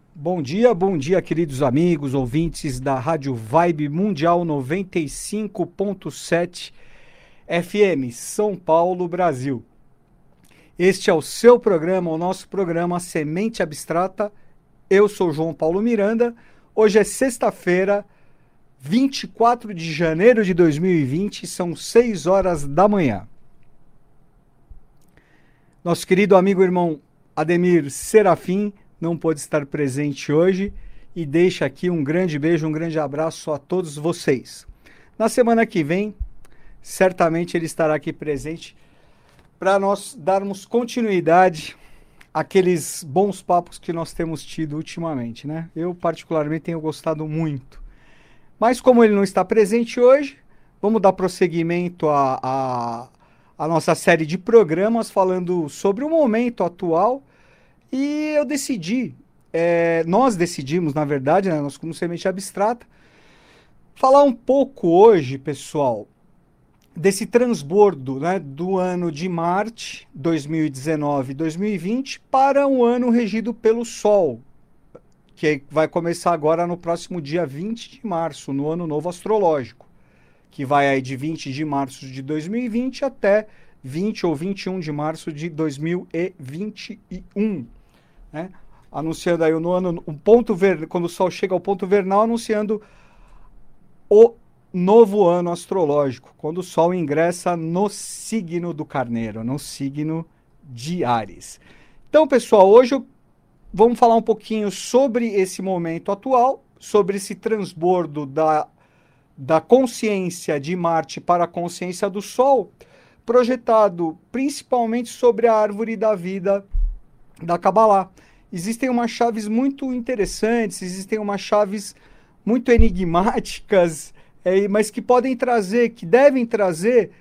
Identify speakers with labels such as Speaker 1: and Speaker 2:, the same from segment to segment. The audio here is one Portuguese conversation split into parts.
Speaker 1: Bom dia, queridos amigos, ouvintes da Rádio Vibe Mundial 95.7 FM, São Paulo, Brasil. Este é o seu programa, o nosso programa Semente Abstrata. Eu sou João Paulo Miranda. Hoje é sexta-feira, 24 de janeiro de 2020, são 6 horas da manhã. Nosso querido amigo e irmão Ademir Serafim não pôde estar presente hoje e deixa aqui um grande beijo, um grande abraço a todos vocês. Na semana que vem, certamente ele estará aqui presente para nós darmos continuidade àqueles bons papos que nós temos tido ultimamente, né? Eu particularmente tenho gostado muito. Mas como ele não está presente hoje, vamos dar prosseguimento à nossa série de programas falando sobre o momento atual. E eu decidi, nós decidimos, na verdade, né, nós como Semente Abstrata, falar um pouco hoje, pessoal, desse transbordo, né, do ano de Marte 2019 e 2020 para um ano regido pelo Sol, que vai começar agora no próximo dia 20 de março, no Ano Novo Astrológico, que vai aí de 20 de março de 2020 até 20 ou 21 de março de 2021. Né? Anunciando aí no ano, quando o Sol chega ao ponto vernal, anunciando o novo ano astrológico, quando o Sol ingressa no signo do Carneiro, no signo de Áries. Então, pessoal, hoje vamos falar um pouquinho sobre esse momento atual, sobre esse transbordo da consciência de Marte para a consciência do Sol, projetado principalmente sobre a árvore da vida da Kabbalah. Existem umas chaves muito interessantes, existem umas chaves muito enigmáticas, mas que podem trazer, que devem trazer,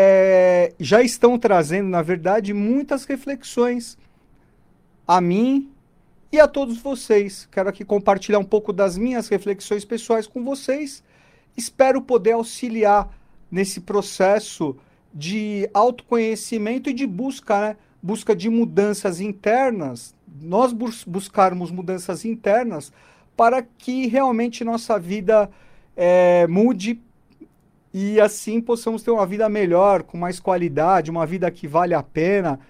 Speaker 1: já estão trazendo, na verdade, muitas reflexões a mim e a todos vocês. Quero aqui compartilhar um pouco das minhas reflexões pessoais com vocês. Espero poder auxiliar nesse processo de autoconhecimento e de busca, né? Busca de mudanças internas, nós buscarmos mudanças internas para que realmente nossa vida mude e assim possamos ter uma vida melhor, com mais qualidade, uma vida que vale a pena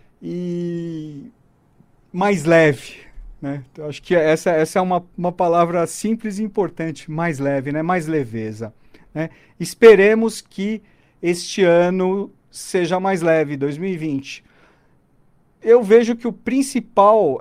Speaker 1: e mais leve, né? Eu acho que essa é uma palavra simples e importante, mais leve, né? Mais leveza, né? Esperemos que este ano seja mais leve, 2020. Eu vejo que a principal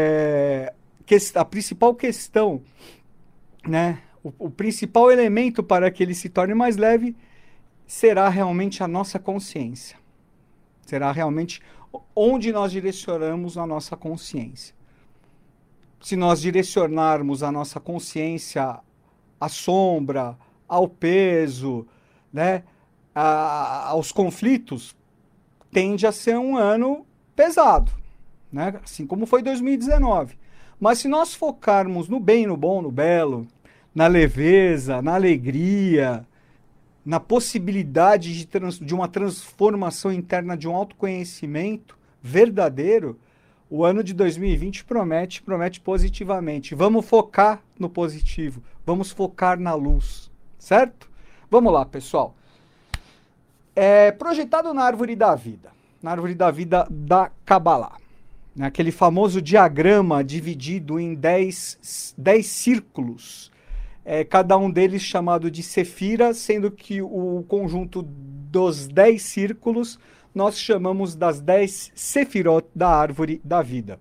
Speaker 1: questão, né, o principal elemento para que ele se torne mais leve será realmente a nossa consciência. Será realmente onde nós direcionamos a nossa consciência. Se nós direcionarmos a nossa consciência à sombra, ao peso, né, aos conflitos, tende a ser um ano pesado, né? Assim como foi 2019. Mas se nós focarmos no bem, no bom, no belo, na leveza, na alegria, na possibilidade de uma transformação interna, de um autoconhecimento verdadeiro, o ano de 2020 promete positivamente. Vamos focar no positivo, vamos focar na luz, certo? Vamos lá, pessoal. Projetado na árvore da vida da Kabbalah, né? Aquele famoso diagrama dividido em 10 círculos, cada um deles chamado de Sefira, sendo que o conjunto dos 10 círculos nós chamamos das 10 Sefirot da árvore da vida.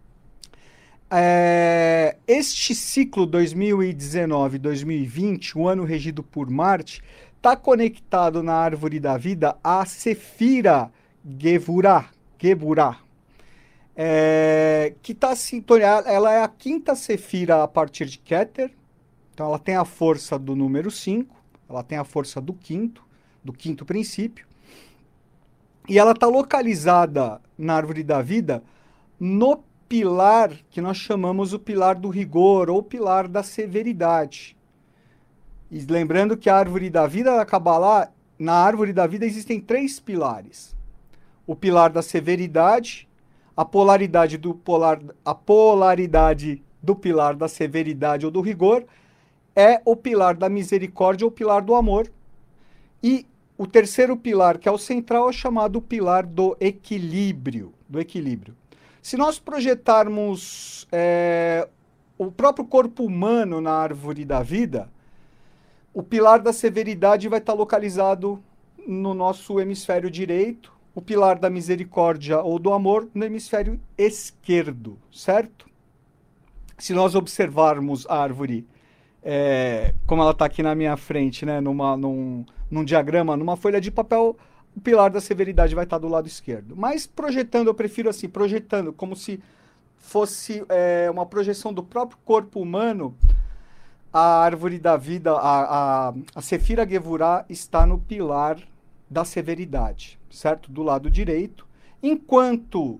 Speaker 1: Este ciclo 2019-2020, o ano regido por Marte, está conectado na árvore da vida a Sefira Geburah, que está sintonizada, ela é a quinta Sefira a partir de Keter, então ela tem a força do número 5, ela tem a força do quinto princípio, e ela está localizada na árvore da vida no pilar que nós chamamos o pilar do rigor ou pilar da severidade. E lembrando que a árvore da vida da Kabbalah, na árvore da vida existem 3 pilares. O pilar da severidade, a polaridade do pilar da severidade ou do rigor é o pilar da misericórdia ou pilar do amor. E o terceiro pilar, que é o central, é chamado pilar do equilíbrio. Se nós projetarmos o próprio corpo humano na árvore da vida, o pilar da severidade vai estar localizado no nosso hemisfério direito, o pilar da misericórdia ou do amor no hemisfério esquerdo, certo? Se nós observarmos a árvore como ela está aqui na minha frente, né, num diagrama, numa folha de papel, o pilar da severidade vai estar do lado esquerdo. Mas projetando, eu prefiro assim, projetando como se fosse uma projeção do próprio corpo humano, a árvore da vida, a Sefira Gevurah está no pilar da severidade, certo? Do lado direito, enquanto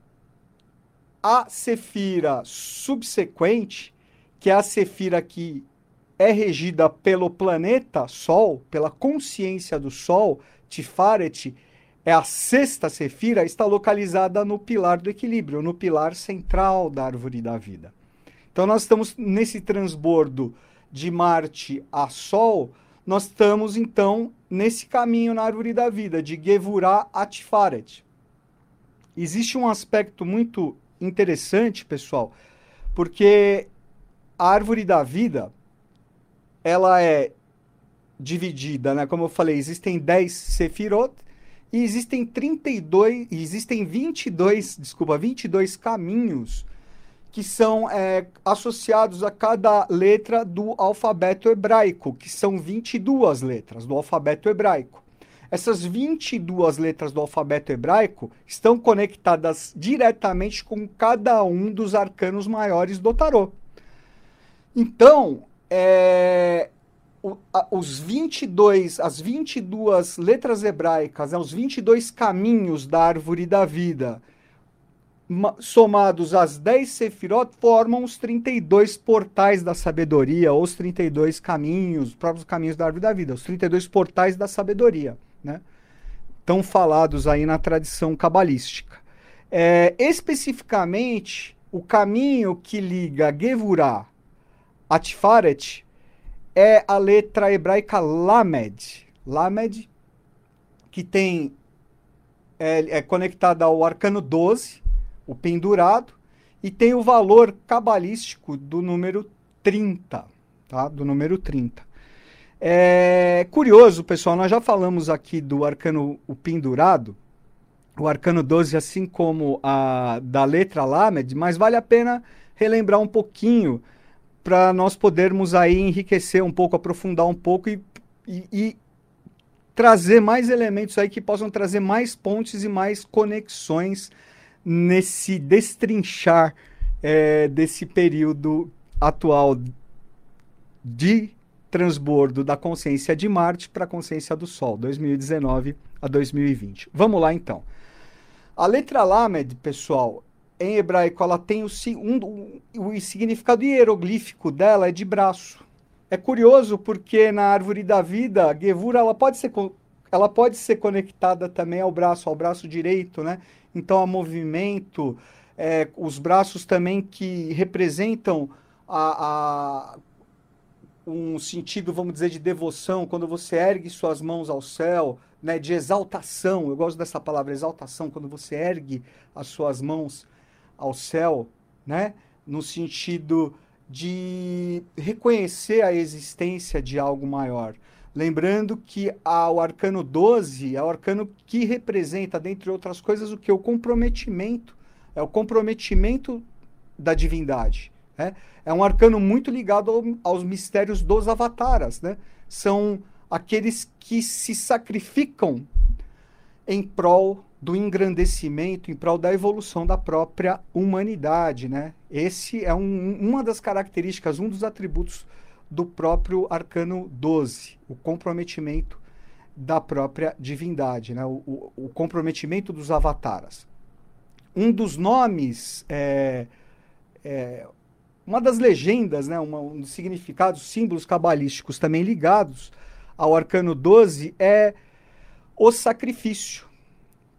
Speaker 1: a Sefira subsequente, que é a Sefira que é regida pelo planeta Sol, pela consciência do Sol, Tiferet, é a sexta Sefira, está localizada no pilar do equilíbrio, no pilar central da árvore da vida. Então nós estamos nesse transbordo de Marte a Sol, nós estamos então nesse caminho na árvore da vida, de Gevurah a Tiferet. Existe um aspecto muito interessante, pessoal, porque a árvore da vida, ela é dividida, né? Como eu falei, existem 10 Sefirot e existem 22 caminhos que são associados a cada letra do alfabeto hebraico, que são 22 letras do alfabeto hebraico. Essas 22 letras do alfabeto hebraico estão conectadas diretamente com cada um dos arcanos maiores do tarô. Então, as 22 letras hebraicas, os 22 caminhos da árvore da vida, somados às 10 sefirot, formam os 32 portais da sabedoria, ou os 32 caminhos, os próprios caminhos da árvore da vida, os 32 portais da sabedoria, né? Tão falados aí na tradição cabalística. Especificamente, o caminho que liga Gevurah a Tiferet é a letra hebraica Lamed. Lamed, que tem é conectada ao arcano 12, o pendurado, e tem o valor cabalístico do número 30, tá? Do número 30. Curioso, pessoal, nós já falamos aqui do arcano o pendurado, o arcano 12, assim como a da letra Lamed, mas vale a pena relembrar um pouquinho para nós podermos aí enriquecer um pouco, aprofundar um pouco e trazer mais elementos aí que possam trazer mais pontes e mais conexões nesse destrinchar desse período atual de transbordo da consciência de Marte para a consciência do Sol, 2019 a 2020. Vamos lá, então. A letra Lamed, pessoal, em hebraico, ela tem o significado hieroglífico dela é de braço. É curioso porque na árvore da vida, Gevurah, ela pode ser conectada também ao braço direito, né? Então, há movimento, os braços também que representam um sentido, vamos dizer, de devoção, quando você ergue suas mãos ao céu, né, de exaltação. Eu gosto dessa palavra, exaltação, quando você ergue as suas mãos ao céu, né, no sentido de reconhecer a existência de algo maior. Lembrando que o arcano 12 é o arcano que representa, dentre outras coisas, o que? O comprometimento. É o comprometimento da divindade. Né? É um arcano muito ligado aos mistérios dos avataras. Né? São aqueles que se sacrificam em prol do engrandecimento, em prol da evolução da própria humanidade. Né? Esse é uma das características, um dos atributos do próprio arcano 12, o comprometimento da própria divindade, né? O comprometimento dos avataras. Um dos nomes, uma das legendas, né? Um dos significados, símbolos cabalísticos também ligados ao arcano 12 é o sacrifício,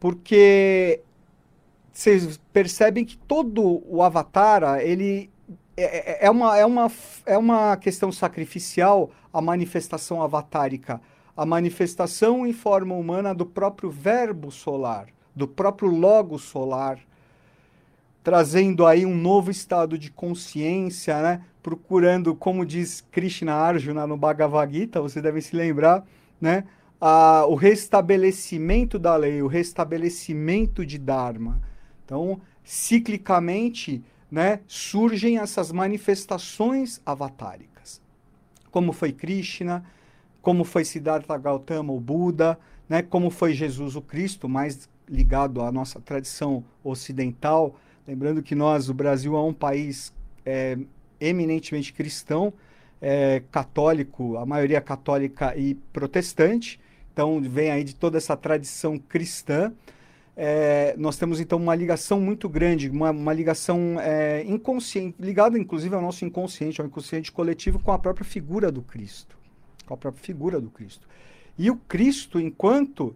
Speaker 1: porque vocês percebem que todo o avatara, ele é uma questão sacrificial a manifestação avatárica, a manifestação em forma humana do próprio verbo solar, do próprio logo solar, trazendo aí um novo estado de consciência, né? Procurando, como diz Krishna Arjuna no Bhagavad Gita, você deve se lembrar, né? O restabelecimento da lei, o restabelecimento de Dharma. Então, ciclicamente, né, surgem essas manifestações avatáricas. Como foi Krishna, como foi Siddhartha Gautama, o Buda, né, como foi Jesus o Cristo, mais ligado à nossa tradição ocidental. Lembrando que nós, o Brasil, é um país eminentemente cristão, católico, a maioria católica e protestante. Então, vem aí de toda essa tradição cristã. Nós temos, então, uma ligação muito grande, uma ligação inconsciente, ligada, inclusive, ao nosso inconsciente, ao inconsciente coletivo, com a própria figura do Cristo. Com a própria figura do Cristo. E o Cristo, enquanto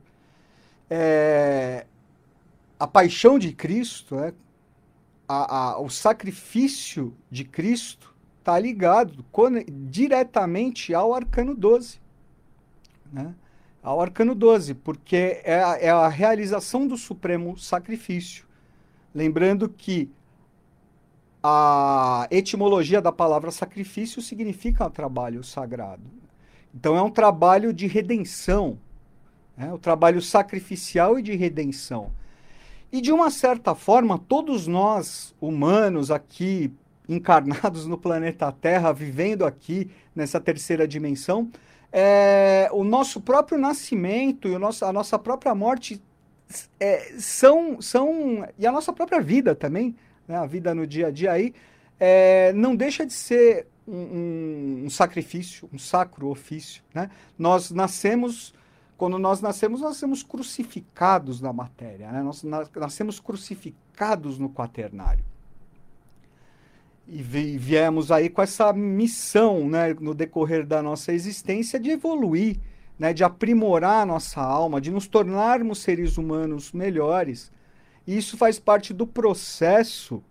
Speaker 1: a paixão de Cristo, o sacrifício de Cristo está ligado diretamente ao arcano 12, né? Ao arcano 12, porque é a realização do supremo sacrifício. Lembrando que a etimologia da palavra sacrifício significa trabalho sagrado. Então é um trabalho de redenção, né? O trabalho sacrificial e de redenção. E de uma certa forma, todos nós, humanos aqui, encarnados no planeta Terra, vivendo aqui nessa terceira dimensão, o nosso próprio nascimento e a nossa própria morte e a nossa própria vida também, né, a vida no dia a dia aí, não deixa de ser um sacrifício, um sacro ofício, né? Quando nós nascemos crucificados na matéria, né? Nós nascemos crucificados no quaternário. E viemos aí com essa missão, né, no decorrer da nossa existência, de evoluir, né, de aprimorar a nossa alma, de nos tornarmos seres humanos melhores. E isso faz parte do processo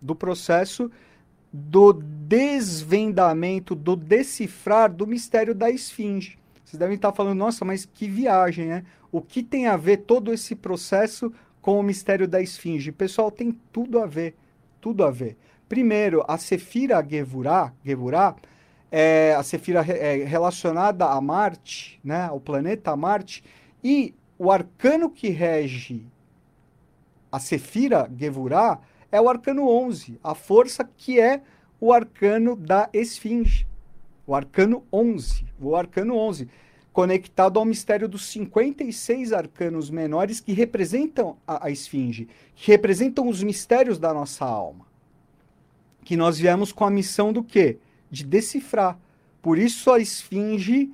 Speaker 1: do desvendamento, do decifrar do mistério da esfinge. Vocês devem estar falando, nossa, mas que viagem, né? O que tem a ver todo esse processo com o mistério da esfinge? Pessoal, tem tudo a ver, tudo a ver. Primeiro, a Sefira Gevurah é a Sefira relacionada a Marte, né, ao planeta Marte, e o arcano que rege a Sefira Gevurah é o arcano 11, a força que é o arcano da Esfinge. O arcano 11, conectado ao mistério dos 56 arcanos menores que representam a Esfinge, que representam os mistérios da nossa alma. Que nós viemos com a missão do quê? De decifrar. Por isso a Esfinge,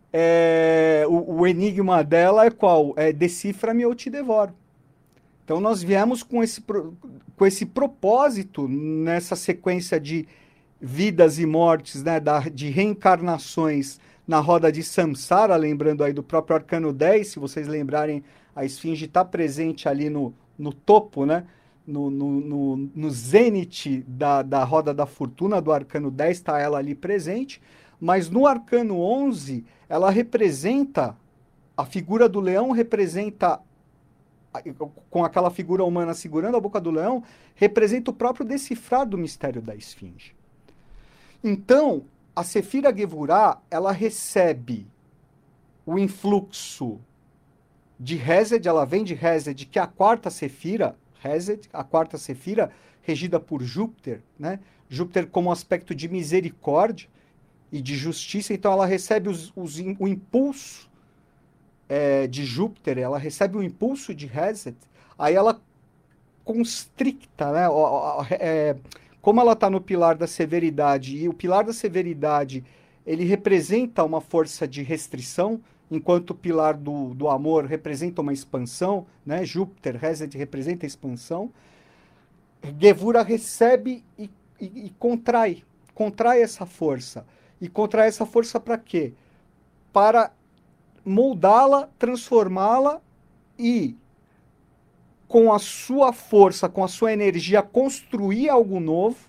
Speaker 1: o enigma dela é qual? Decifra-me ou te devoro. Então nós viemos com esse propósito nessa sequência de vidas e mortes, né, de reencarnações na roda de Samsara, lembrando aí do próprio Arcano 10, se vocês lembrarem, a Esfinge está presente ali no topo, né, no zênite da roda da fortuna do Arcano 10, está ela ali presente, mas no Arcano 11, ela representa, a figura do leão representa, com aquela figura humana segurando a boca do leão, representa o próprio decifrar do mistério da Esfinge. Então, a Sefira Gevurah, ela recebe o influxo de Hesed, ela vem de Hesed, que é a quarta Sefira, Hesed, a quarta Sefira, regida por Júpiter, né? Júpiter como aspecto de misericórdia e de justiça, então ela recebe o impulso de Júpiter, ela recebe o impulso de Hesed, aí ela constricta, né? Como ela está no pilar da severidade, e o pilar da severidade, ele representa uma força de restrição, enquanto o pilar do amor representa uma expansão, né? Júpiter, Hesed representa a expansão. Gevurah recebe e contrai essa força. E contrai essa força para quê? Para moldá-la, transformá-la e, com a sua força, com a sua energia, construir algo novo,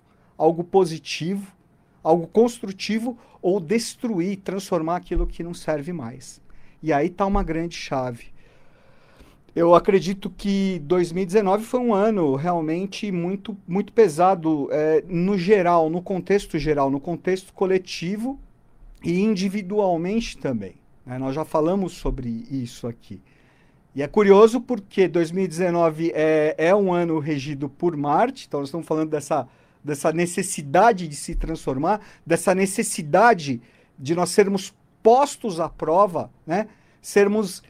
Speaker 1: algo positivo, algo construtivo, ou destruir, transformar aquilo que não serve mais. E aí está uma grande chave. Eu acredito que 2019 foi um ano realmente muito, muito pesado, no geral, no contexto coletivo e individualmente também, né? Nós já falamos sobre isso aqui. E é curioso porque 2019 é um ano regido por Marte, então nós estamos falando dessa necessidade de se transformar, dessa necessidade de nós sermos postos à prova, né? Sermos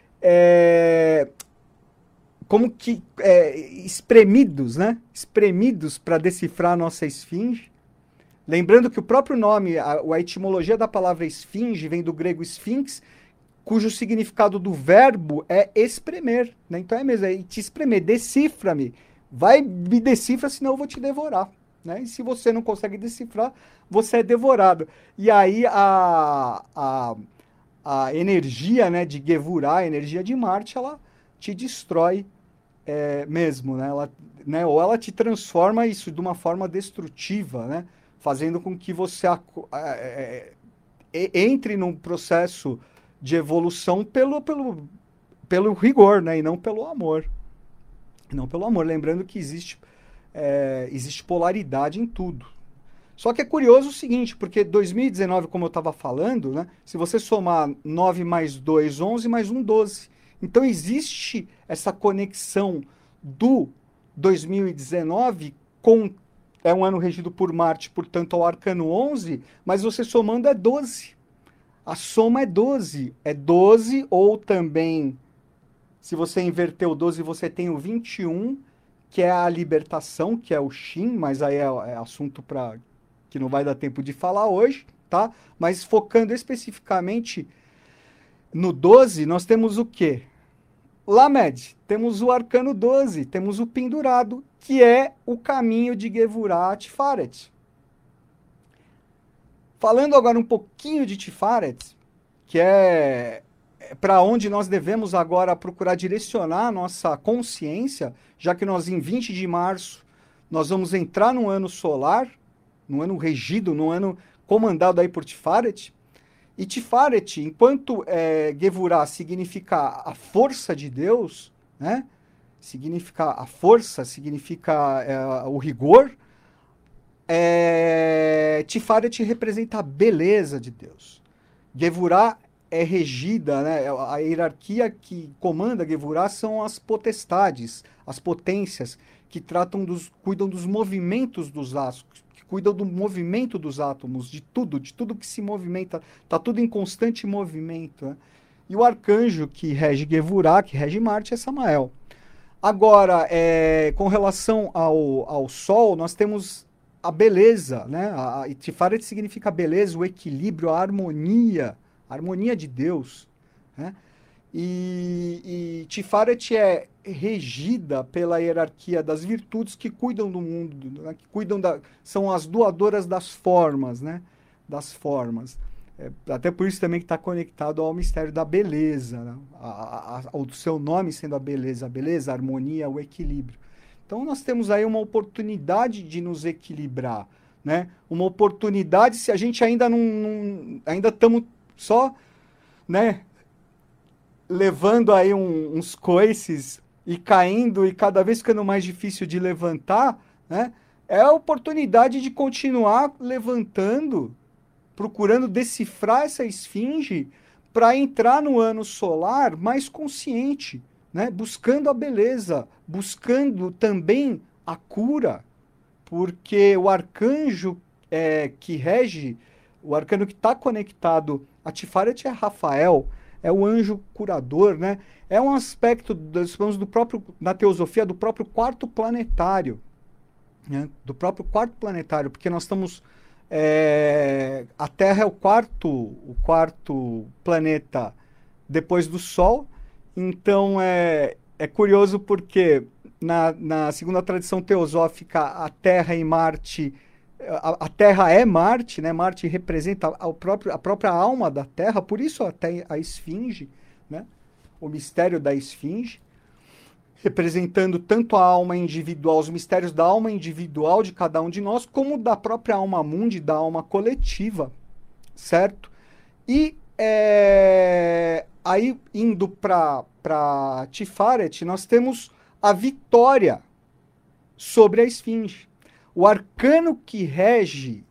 Speaker 1: como que espremidos, né? Espremidos para decifrar a nossa esfinge. Lembrando que o próprio nome, a etimologia da palavra esfinge vem do grego sphinx, cujo significado do verbo é espremer, né? Então é mesmo, é te espremer, decifra-me, vai me decifra, senão eu vou te devorar, né? E se você não consegue decifrar, você é devorado. E aí a energia, né, de Gevurah, a energia de Marte, ela te destrói mesmo, né? Ela, né? Ou ela te transforma isso de uma forma destrutiva, né? Fazendo com que você entre num processo de evolução pelo rigor, né? E não pelo amor. Não pelo amor. Lembrando que existe polaridade em tudo. Só que é curioso o seguinte, porque 2019, como eu estava falando, né? Se você somar 9 mais 2, 11, mais 1, 12. Então existe essa conexão do 2019 com... É um ano regido por Marte, portanto, ao arcano 11, mas você somando é 12. A soma é 12. É 12, ou também, se você inverter o 12, você tem o 21, que é a libertação, que é o Shin, mas aí é assunto que não vai dar tempo de falar hoje, tá? Mas focando especificamente no 12, nós temos o quê? Lamed, temos o arcano 12, temos o pendurado, que é o caminho de Gevurah Tiferet. Falando agora um pouquinho de Tiferet, que é para onde nós devemos agora procurar direcionar a nossa consciência, já que nós em 20 de março nós vamos entrar num ano solar, num ano regido, num ano comandado aí por Tiferet. E Tiferet, enquanto Gevurah significa a força de Deus, né? Significa a força, significa o rigor, Tiferet representa a beleza de Deus. Gevurah é regida, né? A hierarquia que comanda Gevurah são as potestades, as potências, que cuidam dos movimentos dos astros, que cuidam do movimento dos átomos, de tudo que se movimenta, está tudo em constante movimento, né? E o arcanjo que rege Gevurah, que rege Marte, é Samael. Agora, com relação ao Sol, nós temos a beleza, né? Tiferet significa a beleza, o equilíbrio, a harmonia de Deus, né? E Tiferet é regida pela hierarquia das virtudes que cuidam do mundo, né? São as doadoras das formas, né? Das formas. Até por isso também que está conectado ao mistério da beleza, né? Ao seu nome sendo a beleza, a harmonia, o equilíbrio. Então nós temos aí uma oportunidade de nos equilibrar, né? Uma oportunidade, se a gente ainda ainda estamos só, né, levando aí uns coices e caindo e cada vez ficando mais difícil de levantar, né? É a oportunidade de continuar levantando, procurando decifrar essa esfinge para entrar no ano solar mais consciente, né? Buscando a beleza, buscando também a cura, porque o arcanjo que rege, o arcano que está conectado a Tiferet é Rafael, é o anjo curador, né? É um aspecto, do próprio, na teosofia, do próprio quarto planetário, né? Do próprio quarto planetário, porque nós estamos... a Terra é o quarto planeta depois do Sol. Então é curioso porque na segunda tradição teosófica a Terra e Marte, a Terra é Marte, né? Marte representa a própria alma da Terra, por isso até a esfinge, né? O mistério da esfinge. representando tanto a alma individual, os mistérios da alma individual de cada um de nós, como da própria alma mundi, da alma coletiva, certo? E aí, indo para Tiferet, nós temos a vitória sobre a esfinge. O arcano que rege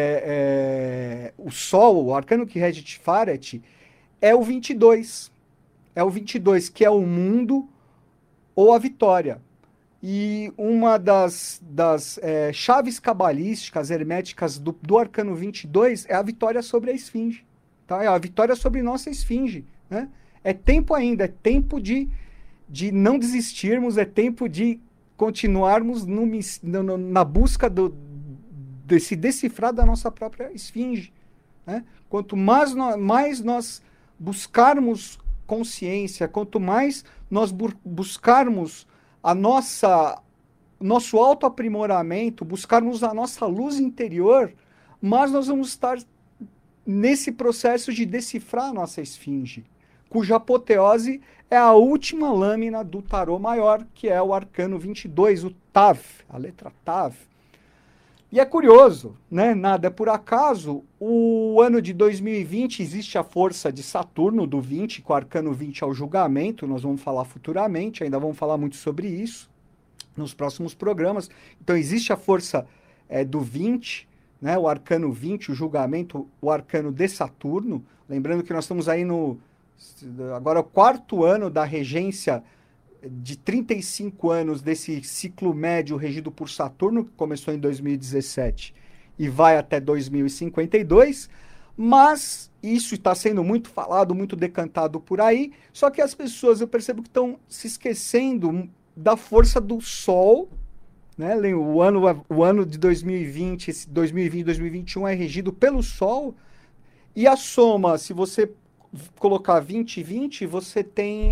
Speaker 1: o Sol, o arcano que rege Tiferet, é o 22. É o 22, que é o mundo ou a vitória. E uma das chaves cabalísticas, herméticas do arcano 22 é a vitória sobre a esfinge. Tá? É a vitória sobre nossa esfinge. Né? É tempo ainda, é tempo de não desistirmos, é tempo de continuarmos na busca de se decifrar da nossa própria esfinge. Né? Quanto mais nós buscarmos consciência, quanto mais nós buscarmos nosso autoaprimoramento, buscarmos a nossa luz interior, mais nós vamos estar nesse processo de decifrar a nossa esfinge, cuja apoteose é a última lâmina do tarô maior, que é o arcano 22, o Tav, a letra Tav. E é curioso, né? Nada é por acaso. O ano de 2020 existe a força de Saturno, do 20, com o arcano 20 ao julgamento. Nós vamos falar futuramente, ainda vamos falar muito sobre isso nos próximos programas. Então existe a força do 20, né? O arcano 20, o julgamento, o arcano de Saturno. Lembrando que nós estamos aí agora o 4º ano da regência de 35 anos desse ciclo médio regido por Saturno, que começou em 2017 e vai até 2052, mas isso está sendo muito falado, muito decantado por aí, só que as pessoas, eu percebo que estão se esquecendo da força do Sol, né? O ano de 2020, 2021 é regido pelo Sol, e a soma, se você colocar 20 e 20, você tem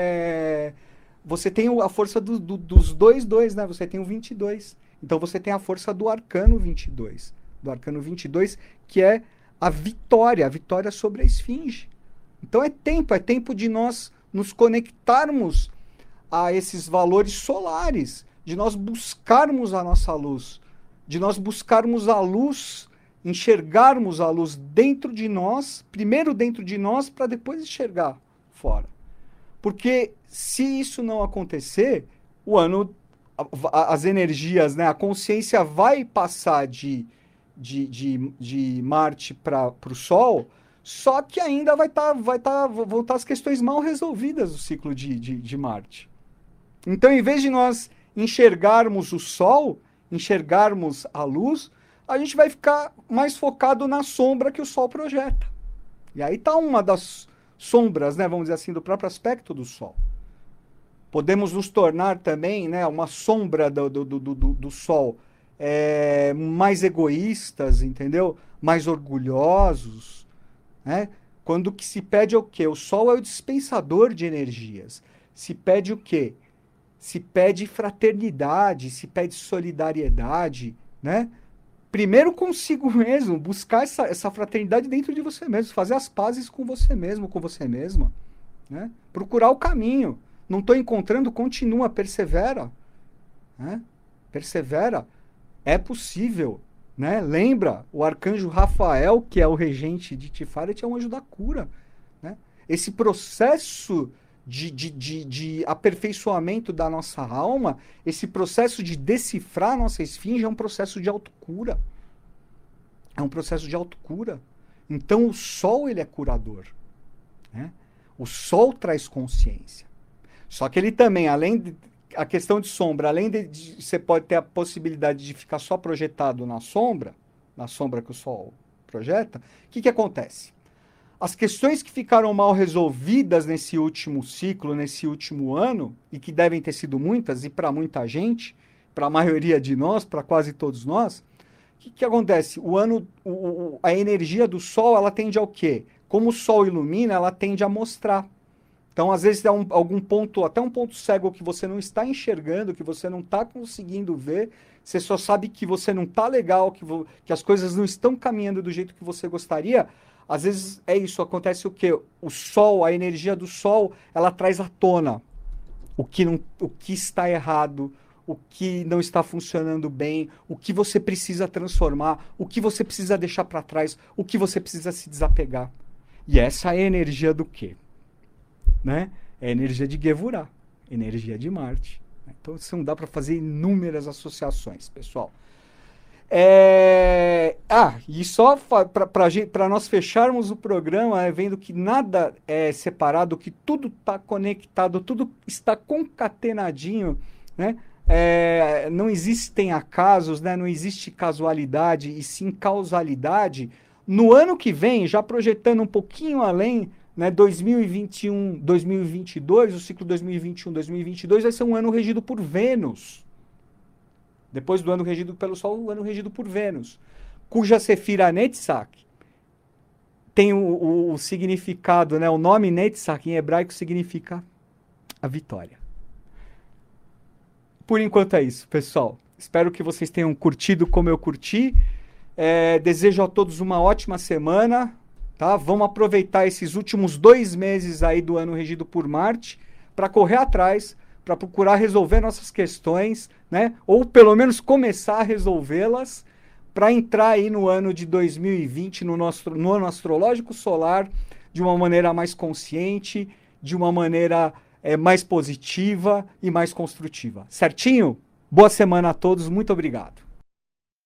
Speaker 1: a força dos dois, né? Você tem o 22. Então você tem a força do arcano 22. Do arcano 22, que é a vitória sobre a esfinge. Então é tempo de nós nos conectarmos a esses valores solares, de nós buscarmos a nossa luz, de nós buscarmos a luz, enxergarmos a luz dentro de nós, primeiro dentro de nós, para depois enxergar fora. Porque se isso não acontecer, as energias, né, a consciência vai passar de Marte para o Sol, só que ainda vão estar as questões mal resolvidas do ciclo de Marte. Então, em vez de nós enxergarmos o Sol, enxergarmos a luz, a gente vai ficar mais focado na sombra que o Sol projeta. E aí está uma das sombras, né, vamos dizer assim, do próprio aspecto do Sol. Podemos nos tornar também, né, uma sombra do Sol, mais egoístas, entendeu? Mais orgulhosos, né? Quando que se pede o quê? O Sol é o dispensador de energias. Se pede o quê? Se pede fraternidade, se pede solidariedade, né? Primeiro consigo mesmo, buscar essa fraternidade dentro de você mesmo, fazer as pazes com você mesmo, com você mesma, né? Procurar o caminho. Não estou encontrando, continua, persevera, né? Persevera, é possível, né? Lembra, o arcanjo Rafael, que é o regente de Tiferet, é um anjo da cura, né? Esse processo de aperfeiçoamento da nossa alma, esse processo de decifrar a nossa esfinge é um processo de autocura. É um processo de autocura. Então o Sol, ele é curador, né? O Sol traz consciência. Só que ele também, a questão de sombra, além de você pode ter a possibilidade de ficar só projetado na sombra que o Sol projeta, o que acontece? As questões que ficaram mal resolvidas nesse último ciclo, nesse último ano, e que devem ter sido muitas, e para muita gente, para a maioria de nós, para quase todos nós, o que acontece? A energia do Sol, ela tende ao quê? Como o Sol ilumina, ela tende a mostrar. Então, às vezes, algum ponto, até um ponto cego que você não está enxergando, que você não está conseguindo ver, você só sabe que você não está legal, que as coisas não estão caminhando do jeito que você gostaria. Às vezes é isso, acontece o quê? O Sol, a energia do Sol, ela traz à tona o que está errado, o que não está funcionando bem, o que você precisa transformar, o que você precisa deixar para trás, o que você precisa se desapegar. E essa é a energia do quê? Né? É a energia de Gevurah, energia de Marte. Então, isso não dá para fazer inúmeras associações, pessoal. E só para nós fecharmos o programa, vendo que nada é separado, que tudo está conectado, tudo está concatenadinho, né? Não existem acasos, né? Não existe casualidade e sim causalidade. No ano que vem, já projetando um pouquinho além, né, 2021, 2022, o ciclo 2021, 2022 vai ser um ano regido por Vênus. Depois do ano regido pelo Sol, o ano regido por Vênus, cuja Sefira Netzach tem o significado, né? O nome Netzach em hebraico significa a vitória. Por enquanto é isso, pessoal. Espero que vocês tenham curtido como eu curti. Desejo a todos uma ótima semana. Tá? Vamos aproveitar esses últimos 2 meses aí do ano regido por Marte para correr atrás, para procurar resolver nossas questões, né? Ou pelo menos começar a resolvê-las, para entrar aí no ano de 2020, no ano astrológico solar, de uma maneira mais consciente, de uma maneira mais positiva e mais construtiva. Certinho? Boa semana a todos, muito obrigado.